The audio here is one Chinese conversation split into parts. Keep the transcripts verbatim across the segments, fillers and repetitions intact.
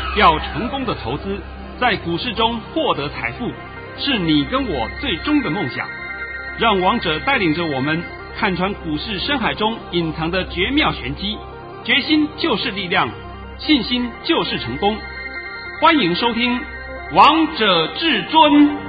要成功的投资，在股市中获得财富，是你跟我最终的梦想。让王者带领着我们看穿股市深海中隐藏的绝妙玄机，决心就是力量，信心就是成功。欢迎收听《王者至尊》。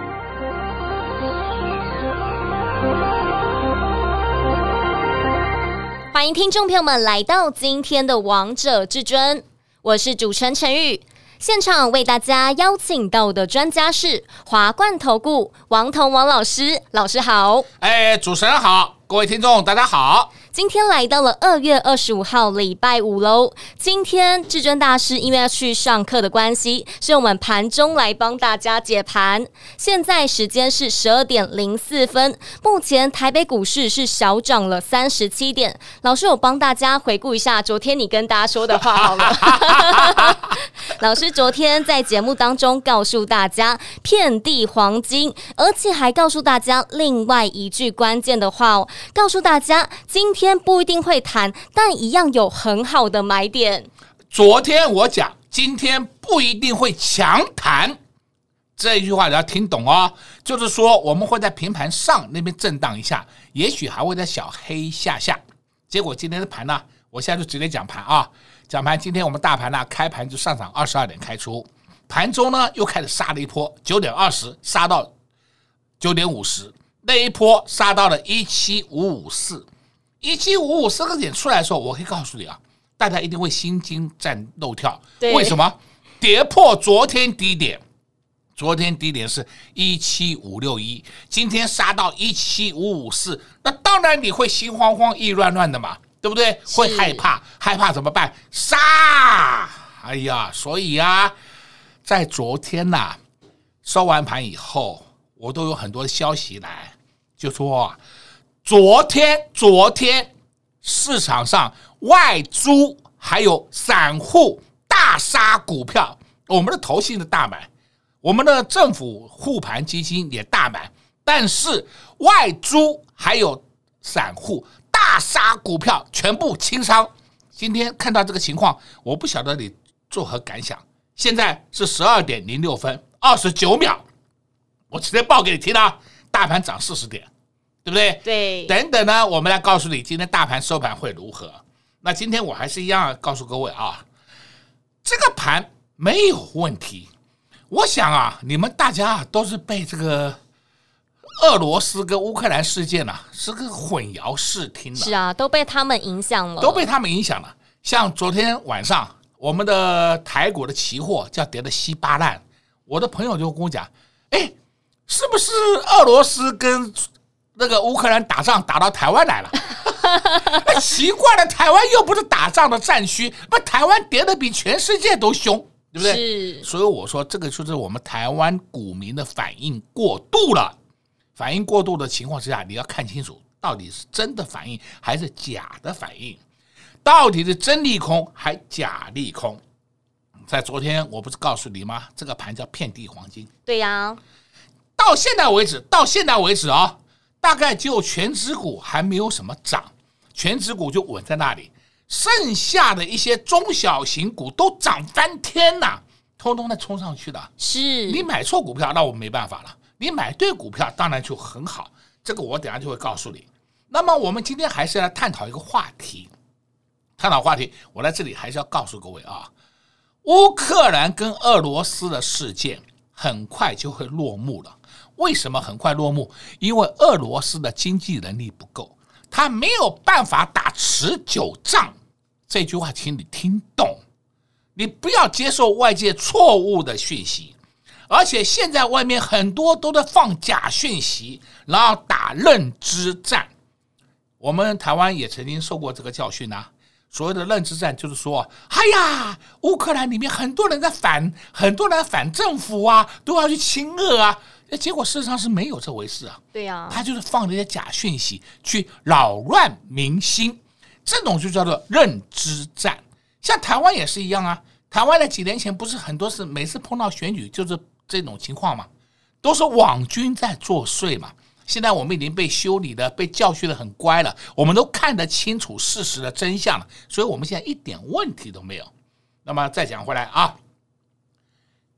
欢迎听众朋友们来到今天的《王者至尊》，我是主持人陈玉。现场为大家邀请到的专家是华冠投顾王彤王老师，老师好。 哎，主持人好，各位听众大家好。 今天来到了二月二十五号礼拜五喽。今天至尊大师因为要去上课的关系，是我们盘中来帮大家解盘。现在时间是十二点零四分，目前台北股市是小涨了三十七点。老师，我帮大家回顾一下昨天你跟大家说的话好了。老师昨天在节目当中告诉大家遍地黄金，而且还告诉大家另外一句关键的话哦，告诉大家今天不一定会弹，但一样有很好的买点。 昨天我讲今天不一定会强弹，这一句话你要听懂哦，就是说我们会在平盘上那边震荡一下，也许还会在小黑下下。结果今天的盘呢，我现在就直接讲盘啊，讲盘。今天我们大盘呢开盘就上涨二十二点开出，盘中呢又开始杀了一波，九点二十杀到九点五十，那一波杀到了一七五五四。一七五五四个点出来的时候，我可以告诉你啊，大家一定会心惊战肉跳。为什么？跌破昨天低点，昨天低点是一七五六一，今天杀到一七五五四，那当然你会心慌慌意乱乱的嘛，对不对？会害怕，害怕怎么办？杀！哎呀，所以啊，在昨天呐、啊、收完盘以后，我都有很多消息来，就说啊。昨天，昨天市场上外资还有散户大杀股票，我们的投信的大买，我们的政府护盘基金也大买，但是外资还有散户大杀股票，全部清仓。今天看到这个情况，我不晓得你作何感想。现在是十二点零六分二十九秒，我直接报给你听啊，大盘涨四十点。对不对？ 对， 等等呢，我们来告诉你今天大盘收盘会如何。那今天我还是一样告诉各位啊，这个盘没有问题。我想啊，你们大家都是被这个俄罗斯跟乌克兰事件啊，是个混淆视听的。 是啊，都被他们影响了， 都被他们影响了。像昨天晚上，我们的台股的期货叫跌得稀巴烂，我的朋友就跟我讲，哎，是不是俄罗斯跟那个乌克兰打仗打到台湾来了？奇怪了，台湾又不是打仗的战区，那台湾跌得比全世界都凶，对不对？ 是。 所以我说，这个就是我们台湾股民的反应过度了。反应过度的情况之下，你要看清楚，到底是真的反应还是假的反应，到底是真利空还假利空。在昨天我不是告诉你吗？这个盘叫遍地黄金。 对呀、啊。 到现在为止，到现在为止啊。大概只有全指股还没有什么涨，全指股就稳在那里，剩下的一些中小型股都涨翻天呐，通通在冲上去的。 是你买错股票，那我没办法了。你买对股票，当然就很好。这个我等一下就会告诉你。那么我们今天还是要探讨一个话题，探讨话题，我在这里还是要告诉各位啊，乌克兰跟俄罗斯的事件很快就会落幕了。为什么很快落幕？因为俄罗斯的经济能力不够，他没有办法打持久仗。这句话请你听懂，你不要接受外界错误的讯息，而且现在外面很多都在放假讯息，然后打认知战。我们台湾也曾经受过这个教训啊。所谓的认知战就是说，哎呀，乌克兰里面很多人在反，很多人反政府啊，都要去亲俄啊。结果事实上是没有这回事啊。 对啊， 他就是放这些假讯息去扰乱民心，这种就叫做认知战。像台湾也是一样啊，台湾在几年前不是很多是每次碰到选举就是这种情况嘛，都是网军在作祟嘛。现在我们已经被修理的、被教训的很乖了，我们都看得清楚事实的真相了，所以我们现在一点问题都没有。那么再讲回来啊，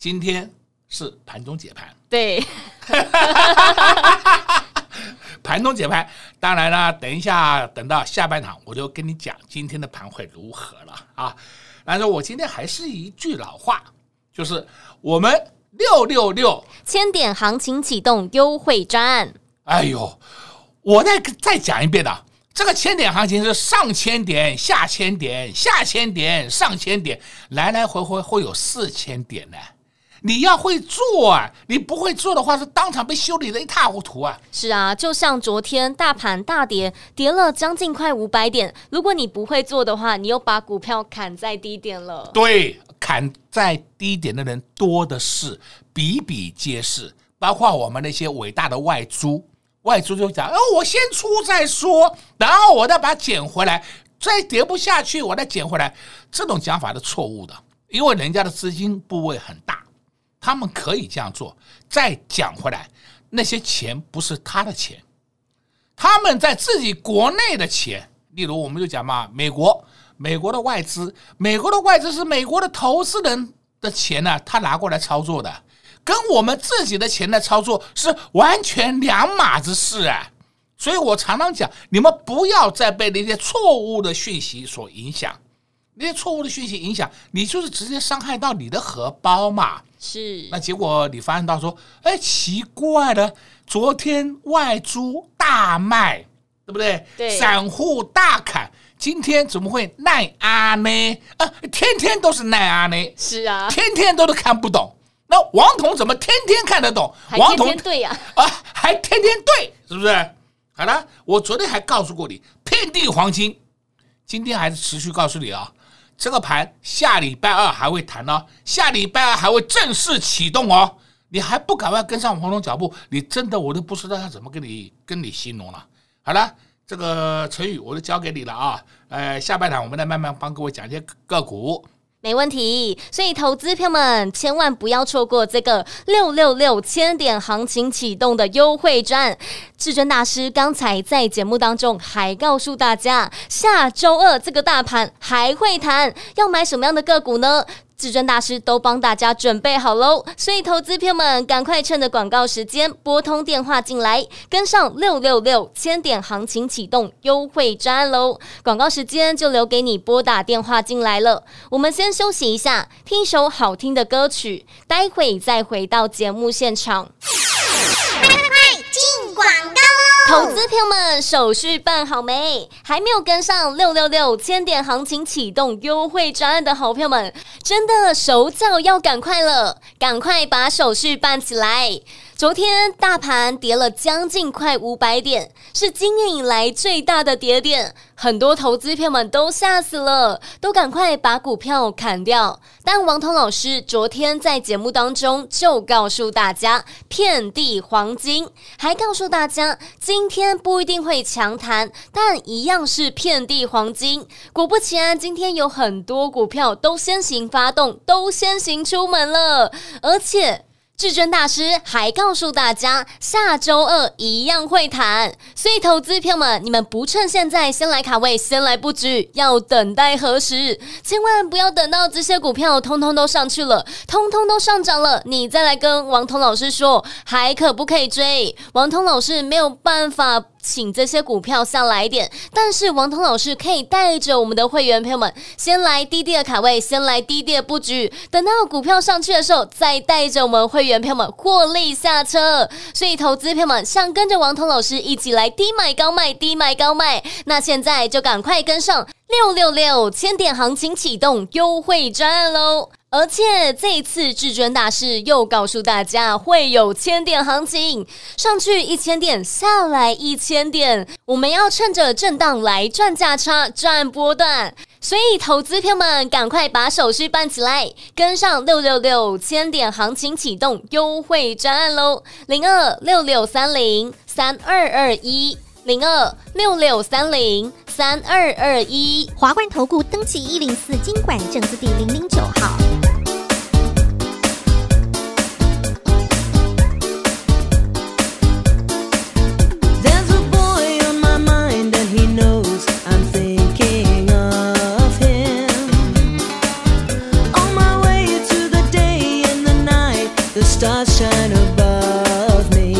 今天是盘中解盘， 对， 盘中解盘。当然了，等一下等到下半场，我就跟你讲今天的盘会如何了啊。但是我今天还是一句老话，就是我们六六六千点行情启动优惠专案。 哎呦，我再再讲一遍的，这个千点行情是上千点、下千点、下千点、上千点，来来回回会有四千点呢。你要会做啊，你不会做的话，是当场被修理的一塌糊涂啊！ 是啊，就像昨天大盘大跌，跌了将近快五百点，如果你不会做的话，你又把股票砍在低点了。 对，砍在低点的人多的是，比比皆是，包括我们那些伟大的外租，外租就讲，哦，我先出再说，然后我再把它捡回来，再跌不下去，我再捡回来，这种讲法是错误的，因为人家的资金部位很大。他们可以这样做，再讲回来，那些钱不是他的钱，他们在自己国内的钱，例如我们就讲嘛，美国，美国的外资，美国的外资是美国的投资人的钱呢、啊，他拿过来操作的，跟我们自己的钱来操作是完全两码子事啊。所以我常常讲，你们不要再被那些错误的讯息所影响。那些错误的讯息影响你，就是直接伤害到你的荷包嘛。 是， 那结果你发现到说，哎，奇怪了，昨天外租大卖，对不对？ 对， 散户大砍，今天怎么会奈阿呢？啊，天天都是奈阿呢。 是啊， 天天都都看不懂。那王彤怎么天天看得懂？ 还天天对呀、 啊，啊，还天天对，是不是？好了，我昨天还告诉过你，遍地黄金，今天还是持续告诉你啊。这个盘下礼拜二还会谈哦，下礼拜二还会正式启动哦。你还不赶快跟上黄龙脚步，你真的我都不知道要怎么跟你跟你形容了。好了，这个成语我就交给你了啊。呃，下半场我们再慢慢帮各位讲一些个股。 没问题，所以投资票们千万不要错过这个六六六千点行情启动的优惠专。至尊大师刚才在节目当中还告诉大家，下周二这个大盘还会弹，要买什么样的个股呢？至尊大师都帮大家准备好喽，所以投资票们赶快趁着广告时间拨通电话进来，跟上六六六千点行情启动优惠专案喽。广告时间就留给你拨打电话进来了。我们先休息一下，听一首好听的歌曲，待会再回到节目现场。 进广告喽！ 投资票们，手续办好没？还没有跟上六六六千点行情启动优惠专案的好票们，真的手脚要赶快了，赶快把手续办起来。昨天大盘跌了将近快五百点，是今年以来最大的跌点，很多投资票们都吓死了，都赶快把股票砍掉。但王彤老师昨天在节目当中就告诉大家，遍地黄金，还告诉大家今天不一定会强弹，但一样是遍地黄金。果不其然，今天有很多股票都先行发动，都先行出门了，而且至尊大师还告诉大家，下周二一样会弹，所以投资票们，你们不趁现在先来卡位，先来布局，要等待何时？千万不要等到这些股票通通都上去了，通通都上涨了，你再来跟王彤老师说还可不可以追？王彤老师没有办法请这些股票下来一点，但是王彤老师可以带着我们的会员朋友们先来低低的卡位，先来低低的布局，等到股票上去的时候，再带着我们会员朋友们获利下车。所以投资朋友们想跟着王彤老师一起来低买高卖，低买高卖，那现在就赶快跟上六六六千点行情启动优惠专案喽！而且这一次至尊大师又告诉大家会有千点行情，上去一千点，下来一千点，我们要趁着震荡来赚价差，赚波段。所以投资票们赶快把手续办起来，跟上六六六千点行情启动优惠专案喽！零二六六三零三二二一。零二六六三零三二二一， 华冠投顾登记一零四金管证字第零零九号。 On my way to the day and the night stars shine above me.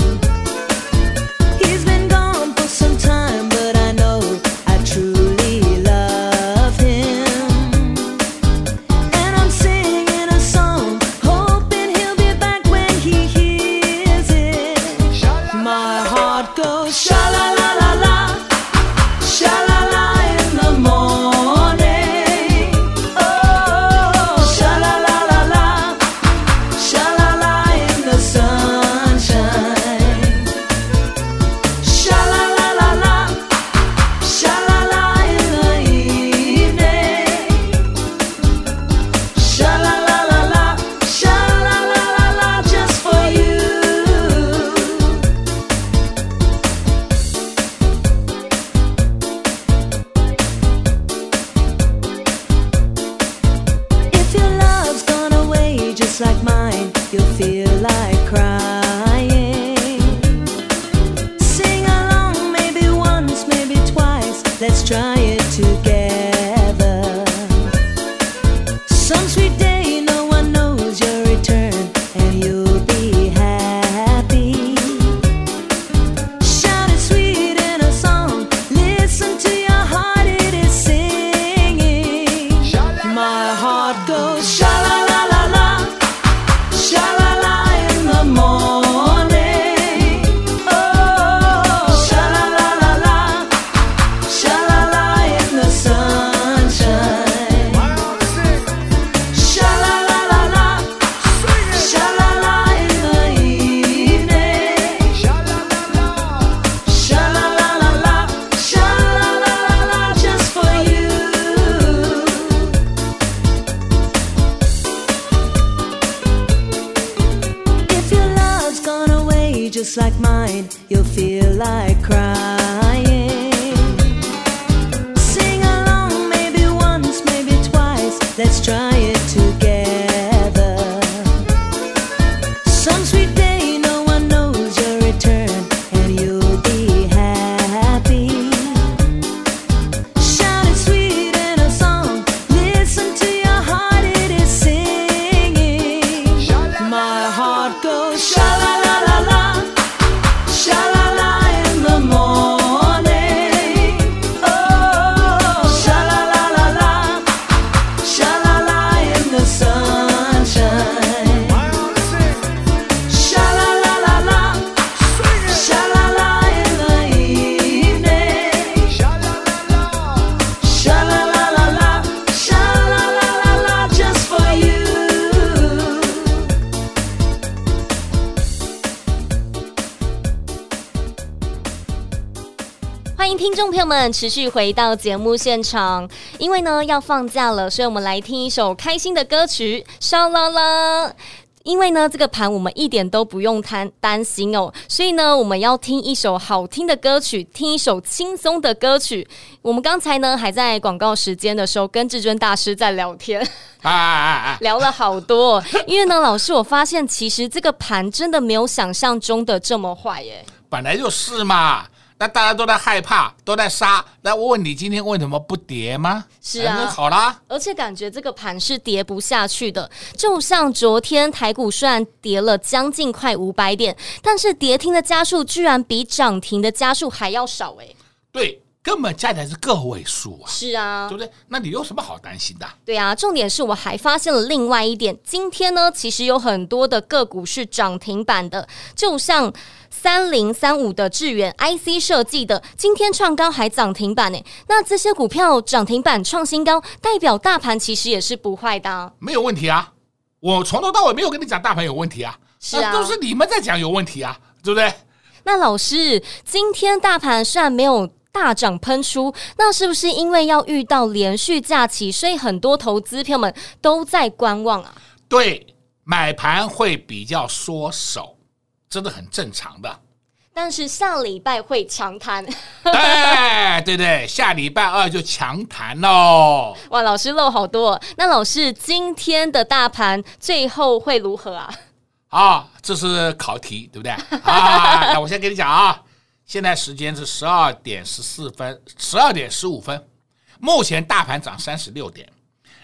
He's been gone for some time, but I know I truly love him. And I'm singing a song, hoping he'll be back when he hears it. My heart goes sha la la la la, sha la la in the morning. Oh, sha la la la la, sha la la in the sunshine. Sha la la la la, sha la la in the evening. Sha la la la la, sha la la la la, just for you. If your love's gone away just like mine, you'll feel like crying. Sing along, maybe once, maybe twice. Let's try it together. Some sweet day, no one knows your return, and you'll be happy. Shout it sweet in a song. Listen to your heart, it is singing. My heart goes sha la la la la, sha la la in the morning. Oh, sha la la la la, sha la la in the sunshine. Sha la la la la, sha la la in the evening. Sha la la la la, sha la la la la, just for you. If your love's gone away just like mine, you'll feel like crying. Sing along, maybe once, maybe twice. Let's try it together. Some sweet day, no one knows your return, and you'll be happy. Shout it sweet in a song. Listen to your heart, it is singing. My heart goes sha la la la la, sha la la in the morning. Oh, sha la la la la, sha la la in the sunshine. Sha la la la la, sha la la in the evening. Sha la la la la, sha la la la la, just for you. 欢迎听众朋友们持续回到节目现场，因为呢要放假了，所以我们来听一首开心的歌曲，烧啦啦。因为呢，这个盘我们一点都不用担担心哦，所以呢，我们要听一首好听的歌曲，听一首轻松的歌曲。我们刚才呢还在广告时间的时候，跟至尊大师在聊天， 啊啊啊！ 聊了好多。因为呢，老师我发现其实这个盘真的没有想象中的这么坏耶。 本来就是嘛。那大家都在害怕，都在杀。那我问你，今天为什么不跌吗？ 是啊， 好啦， 而且感觉这个盘是跌不下去的。就像昨天台股虽然跌了将近快五百点，但是跌停的家数居然比涨停的家数还要少哎。 对，根本加起来是个位数啊。 是啊， 对不对？那你有什么好担心的？ 对啊，重点是我还发现了另外一点，今天呢，其实有很多的个股是涨停板的，就像三零三五的智原 I C 设计的，今天创高还涨停板呢。那这些股票涨停板创新高，代表大盘其实也是不坏的啊， 没有问题啊。我从头到尾没有跟你讲大盘有问题啊， 是啊， 都是你们在讲有问题啊，对不对？ 那老师，今天大盘虽然没有大涨喷出，那是不是因为要遇到连续假期，所以很多投资朋友们都在观望啊？ 对，买盘会比较缩手，这是很正常的。 但是下礼拜会强弹， 哎，对对，下礼拜二就强弹喽。 哇，老师漏好多。那老师，今天的大盘最后会如何啊？ 啊，这是考题，对不对？啊，那我先跟你讲啊，现在时间是十二点十四分，十二点十五分，目前大盘涨三十六点，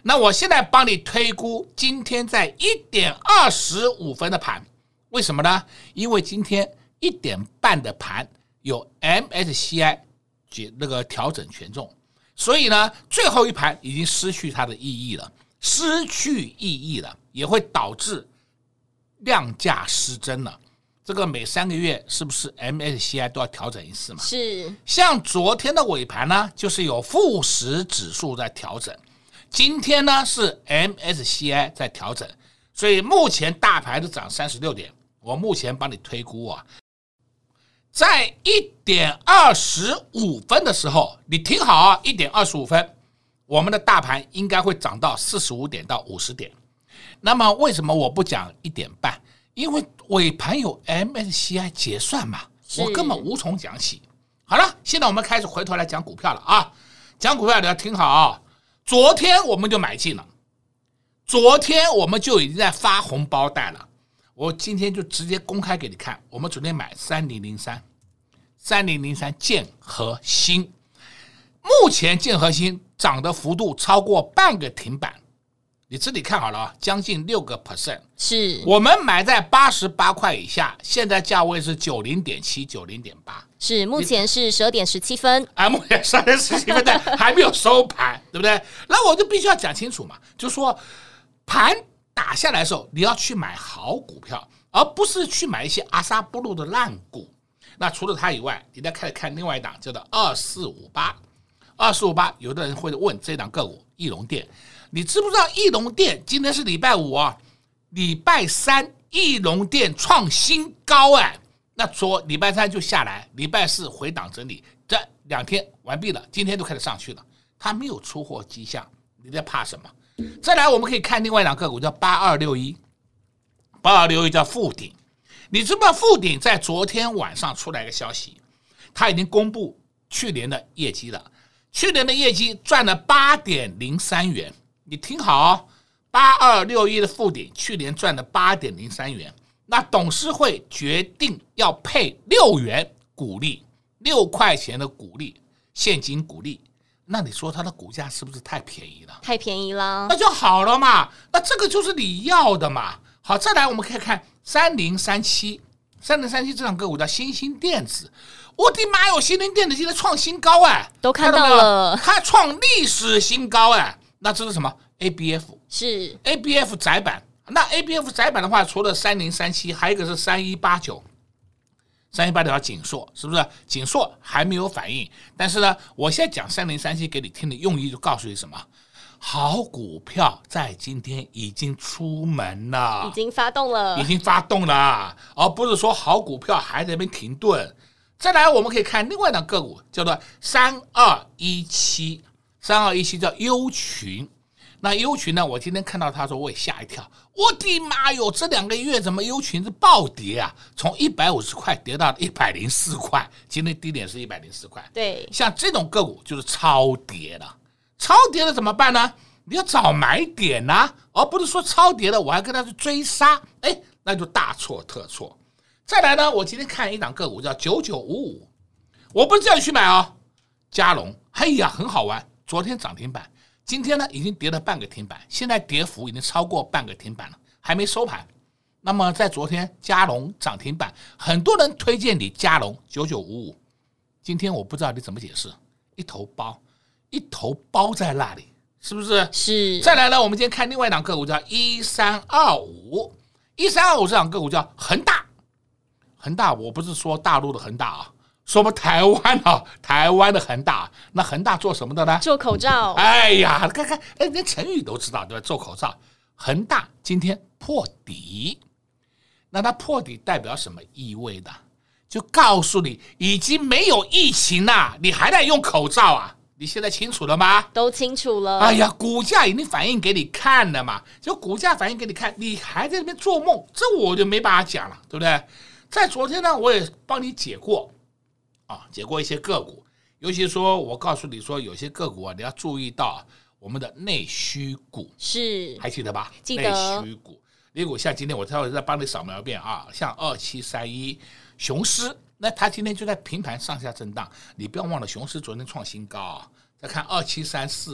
那我现在帮你推估今天在一点二十五分的盘，为什么呢？因为今天一点半的盘有 M S C I 那个调整权重，所以呢，最后一盘已经失去它的意义了，失去意义了，也会导致量价失真了。这个每三个月是不是 M S C I 都要调整一次嘛？ 是。 像昨天的尾盘呢，就是有富时指数在调整，今天呢是 M S C I 在调整，所以目前大盘是涨三十六点。我目前帮你推估啊，在一点二十五分的时候，你听好啊，一点二十五分，我们的大盘应该会涨到四十五点到五十点。那么为什么我不讲一点半？因为尾盘有 M S C I 结算嘛，我根本无从讲起。好了，现在我们开始回头来讲股票了啊！讲股票你要听好啊！昨天我们就买进了，昨天我们就已经在发红包袋了。我今天就直接公开给你看，我们昨天买三零零三，三零零三建和兴，目前建和兴涨的幅度超过半个停板。你自己看好了啊，将近六个 percent， 是我们买在八十八块以下，现在价位是九零点七、九零点八， 是目前是十二点十七分啊，目前十二点十七分的还没有收盘，对不对？那我就必须要讲清楚嘛，就说盘打下来的时候，你要去买好股票，而不是去买一些阿萨布鲁的烂股。那除了它以外，你再开始看另外一档叫做二四五八，二四五八，有的人会问这档个股义隆电。你知不知道义隆电今天是礼拜五啊？礼拜三义隆电创新高哎，那昨礼拜三就下来，礼拜四回档整理，这两天完毕了，今天就开始上去了，它没有出货迹象，你在怕什么？再来，我们可以看另外一档个股叫八二六一，八二六一叫富鼎。你知不知道富鼎在昨天晚上出来一个消息，它已经公布去年的业绩了，去年的业绩赚了八点零三元。你听好哦，八二六一的富鼎去年赚了八点零三元，那董事会决定要配六元股利，六块钱的股利，现金股利。那你说它的股价是不是太便宜了？ 太便宜了， 那就好了嘛，那这个就是你要的嘛。好，再来我们可以看三零三七，三零三七这档个股叫新兴电子。我的妈哟，新兴电子现在创新高哎， 都看到了， 它创历史新高哎。那这是什么 ？A B F 是 A B F 载板。那 A B F 载板的话，除了三零三七，还有一个是三一八九。三一八九叫景硕，是不是？景硕还没有反应，但是呢，我现在讲三零三七给你听的用意，就告诉你什么？好股票在今天已经出门了， 已经发动了， 已经发动了，而不是说好股票还在那边停顿。再来，我们可以看另外一档个股，叫做三二一七。三二一七叫优群，那优群呢？我今天看到他说，我也吓一跳，我的妈哟！这两个月怎么优群是暴跌啊？从一百五十块跌到一百零四块，今天低点是一百零四块。 对， 像这种个股就是超跌了，超跌了怎么办呢？你要找买点啊，而不是说超跌了我还跟他去追杀，哎，那就大错特错。再来呢，我今天看一档个股叫九九五五，我不是叫你去买哦，嘉龙，哎呀，很好玩。昨天涨停板，今天呢已经跌了半个停板，现在跌幅已经超过半个停板了，还没收盘。那么在昨天嘉龙涨停板，很多人推荐你嘉龙九九五五，今天我不知道你怎么解释，一头包，一头包在那里，是不是？ 是。 再来呢，我们今天看另外一档个股叫一三二五，一三二五这档个股叫恒大，恒大我不是说大陆的恒大啊。说我们台湾啊，台湾的恒大，那恒大做什么的呢？ 做口罩。 哎呀，看看，哎，连成语都知道，对吧？做口罩。恒大今天破底，那它破底代表什么意味呢？就告诉你，已经没有疫情啦，你还在用口罩啊？你现在清楚了吗？ 都清楚了。 哎呀，股价已经反映给你看了嘛，就股价反映给你看，你还在那边做梦，这我就没办法讲了，对不对？在昨天呢，我也帮你解过。啊，解过一些个股，尤其说我告诉你说，有些个股啊，你要注意到我们的内需股， 是还记得吧？ 记得。 内需股，例如像今天我稍微再帮你扫描一遍啊，像二七三一雄狮，那它今天就在平盘上下震荡，你不要忘了，雄狮昨天创新高啊。再看二七三四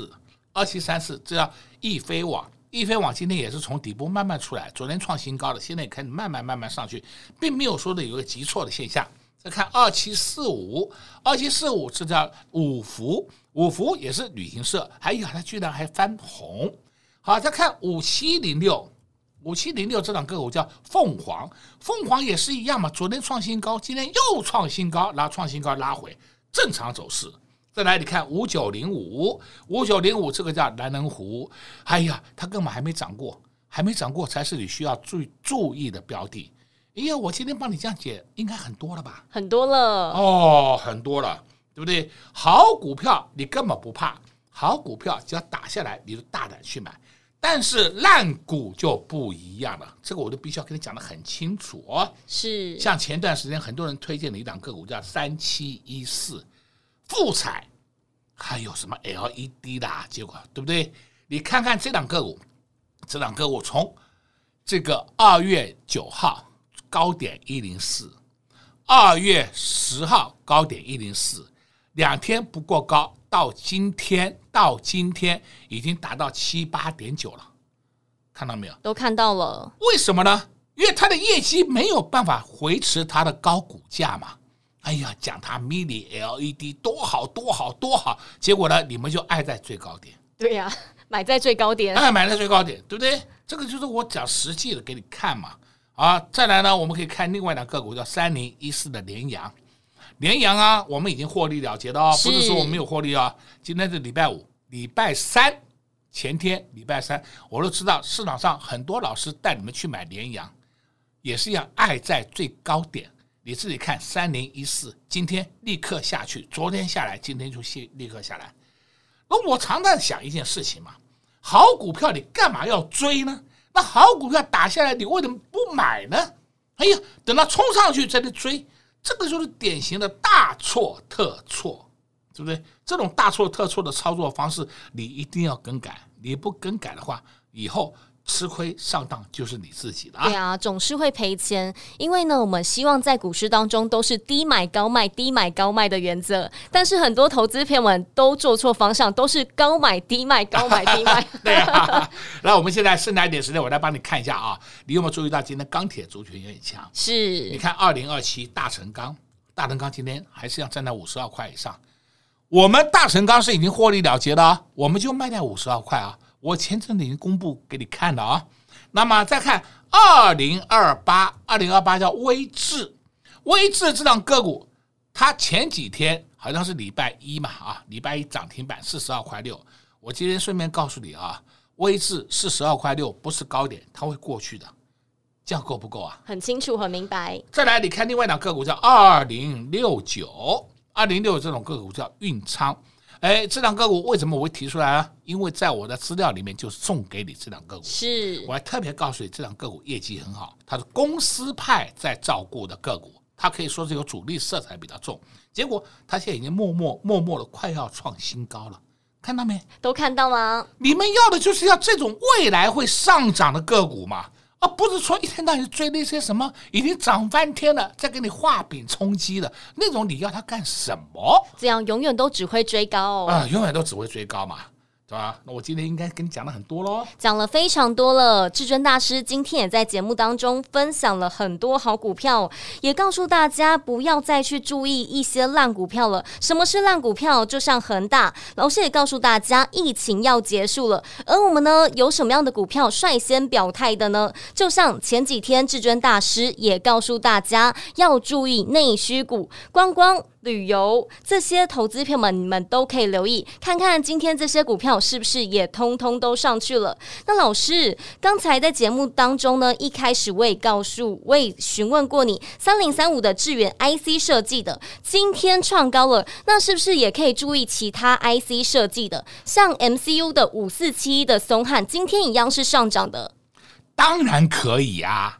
二七三四，这叫易飞网。易飞网今天也是从底部慢慢出来，昨天创新高了，现在也开始慢慢慢慢上去，并没有说的有一个急挫的现象。再看二七四五，二七四五这叫五福，五福也是旅行社，还有它居然还翻红。好，再看五七零六，五七零六这档个股叫凤凰，凤凰也是一样嘛，昨天创新高，今天又创新高，然后创新高拉回，正常走势。再来，你看五九零五，五九零五这个叫南能湖，哎呀，它根本还没涨过，还没涨过才是你需要注意注意的标的。哎呀，我今天帮你这样解，应该很多了吧？ 很多了哦，很多了，对不对？好股票你根本不怕，好股票只要打下来，你就大胆去买。但是烂股就不一样了，这个我都必须要跟你讲得很清楚哦。 是， 像前段时间很多人推荐的一档个股叫三七一四。富彩还有什么 L E D 啦，结果对不对？你看看这档个股，这档个股从这个二月九号高点一零四，二月十号高点一零四，两天不过高，到今天到今天已经达到七八点九了，看到没有？ 都看到了。 为什么呢？因为它的业绩没有办法维持它的高股价嘛。哎呀，讲它 mini L E D 多好多好多好，结果呢，你们就爱在最高点。 对呀、啊，买在最高点， 哎，买在最高点，对不对？这个就是我讲实际的给你看嘛。啊，再来呢，我们可以看另外一档个股叫三零一四的联阳，联阳啊，我们已经获利了结了哦，不是说我们没有获利啊。今天是礼拜五，礼拜三前天礼拜三，我都知道市场上很多老师带你们去买联阳，也是一样爱在最高点。你自己看三零一四，今天立刻下去，昨天下来，今天就立刻下来。那我常常想一件事情嘛，好股票你干嘛要追呢？那好股票打下来，你为什么不买呢？哎呀，等到冲上去再去追，这个就是典型的大错特错，对不对？这种大错特错的操作方式，你一定要更改。你不更改的话，以后吃亏上当就是你自己的啊！ 对啊，总是会赔钱。因为呢，我们希望在股市当中都是低买高卖、低买高卖的原则，但是很多投资朋友们都做错方向，都是高买低卖、高买低卖。 对啊，那我们现在剩下一点时间，我来帮你看一下啊，你有没有注意到今天钢铁族群也很强？ 是， 你看二零二七大成钢，大成钢今天还是要站在五十二块以上。我们大成钢是已经获利了结了啊，我们就卖在五十二块啊。我前阵子已经公布给你看了啊。那么再看二零二八，二零二八叫威智，威智这档个股，它前几天好像是礼拜一嘛啊，礼拜一涨停板四十二块六。我今天顺便告诉你啊，威智四十二块六不是高点，它会过去的，这样够不够啊？ 很清楚，很明白。 再来，你看另外一档个股叫二零六九，二零六九这种个股叫运昌。哎，这档个股为什么我会提出来啊？因为在我的资料里面就送给你这档个股， 是我还特别告诉你，这档个股业绩很好，它是公司派在照顾的个股，它可以说是有主力色彩比较重。结果它现在已经默默默默的快要创新高了，看到没？ 都看到吗？ 你们要的就是要这种未来会上涨的个股嘛，而不是说一天到晚追那些什么已经涨翻天了，再给你画饼充饥的那种，你要它干什么？ 这样永远都只会追高、哦、 啊，永远都只会追高嘛，对吧？那我今天应该跟你讲的很多咯， 讲了非常多了。至尊大师今天也在节目当中分享了很多好股票，也告诉大家不要再去注意一些烂股票了。什么是烂股票？就像恒大，老师也告诉大家疫情要结束了，而我们呢有什么样的股票率先表态的呢？就像前几天至尊大师也告诉大家要注意内需股、观光旅游这些投资票们，你们都可以留意看看今天这些股票是不是也通通都上去了。那老师刚才在节目当中呢，一开始我也告诉我也询问过你三零三五的智原 I C 设计的今天创高了，那是不是也可以注意其他 I C 设计的，像 M C U 的五四七一的松汉今天一样是上涨的？ 当然可以啊。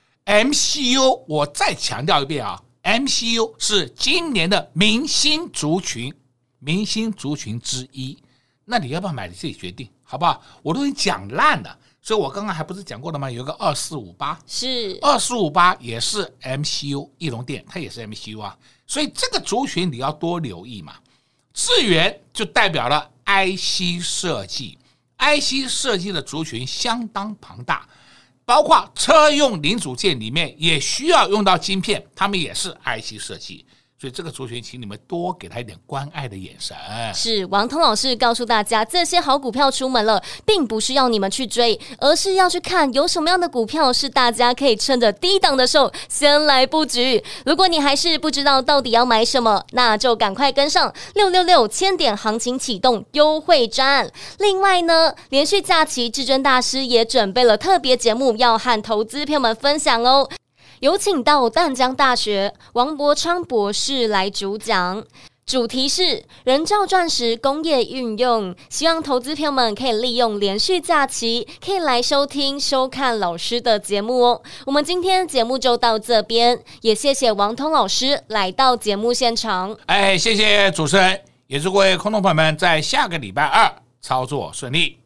M C U 我再强调一遍啊， M C U 是今年的明星族群，明星族群之一。那你要不要买，你自己决定，好不好？我都已经讲烂了，所以我刚刚还不是讲过了吗？有一个二四五八， 是二四五八也是 M C U， 翼龙电它也是 M C U 啊，所以这个族群你要多留意嘛。智原就代表了 I C 设计。I C 设计的族群相当庞大，包括车用零组件里面也需要用到晶片，他们也是 I C 设计。所以这个族群，请你们多给他一点关爱的眼神。 是王通老师告诉大家，这些好股票出门了，并不是要你们去追，而是要去看有什么样的股票是大家可以趁着低档的时候先来布局。如果你还是不知道到底要买什么，那就赶快跟上六六六千点行情启动优惠专。另外呢，连续假期至尊大师也准备了特别节目，要和投资朋友们分享哦。有请到淡江大学王伯昌博士来主讲，主题是人造钻石工业运用，希望投资朋友们可以利用连续假期，可以来收听收看老师的节目哦。我们今天节目就到这边，也谢谢王通老师来到节目现场。 哎，谢谢主持人，也祝各位空头朋友们在下个礼拜二操作顺利。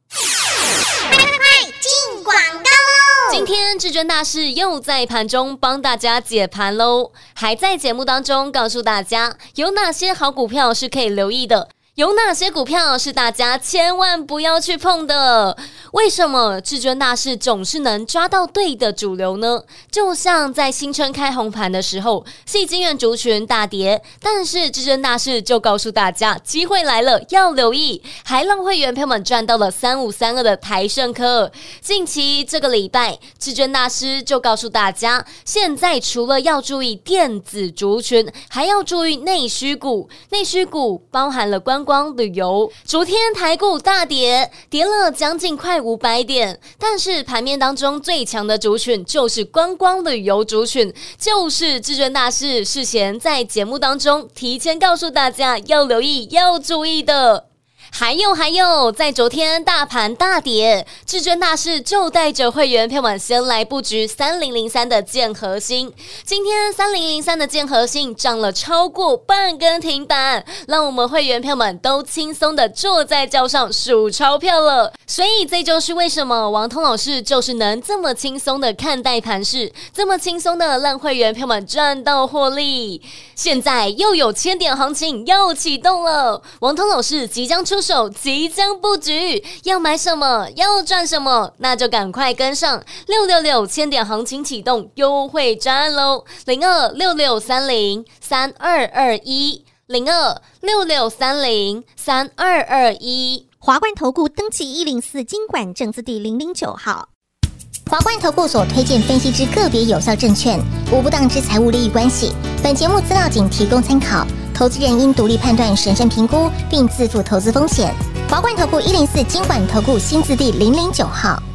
进广告喽！ 今天至尊大师又在盘中帮大家解盘喽，还在节目当中告诉大家有哪些好股票是可以留意的，有哪些股票是大家千万不要去碰的？为什么至尊大师总是能抓到对的主流呢？就像在新春开红盘的时候，矽晶圆族群大跌，但是至尊大师就告诉大家机会来了，要留意，还让会员朋友们赚到了三五三二的台胜科。近期这个礼拜，至尊大师就告诉大家，现在除了要注意电子族群，还要注意内需股。内需股包含了观光旅游。昨天台股大跌，跌了将近快五百点，但是盘面当中最强的族群就是观光旅游族群，就是至尊大师事前在节目当中提前告诉大家要留意要注意的。还有还有，在昨天大盘大跌，至尊大师就带着会员朋友们先来布局三零零三的建和兴。今天三零零三的建和兴涨了超过半根停板，让我们会员朋友们都轻松的坐在轿上数钞票了。所以这就是为什么王通老师就是能这么轻松的看待盘势，这么轻松的让会员朋友们赚到获利。现在又有千点行情要启动了，王通老师即将出手，即将布局，要买什么，要赚什么，那就赶快跟上六六六千点行情启动优惠专喽，零二六六三零三二二一，零二六六三零三二二一。 华冠投顾登记一零四金管证字第零零九号。 华冠投顾所推荐分析之个别有效证券，无不当之财务利益关系。本节目资料仅提供参考，投资人应独立判断、审慎评估，并自负投资风险。华冠投顾一零四金管投顾新字第零零九号。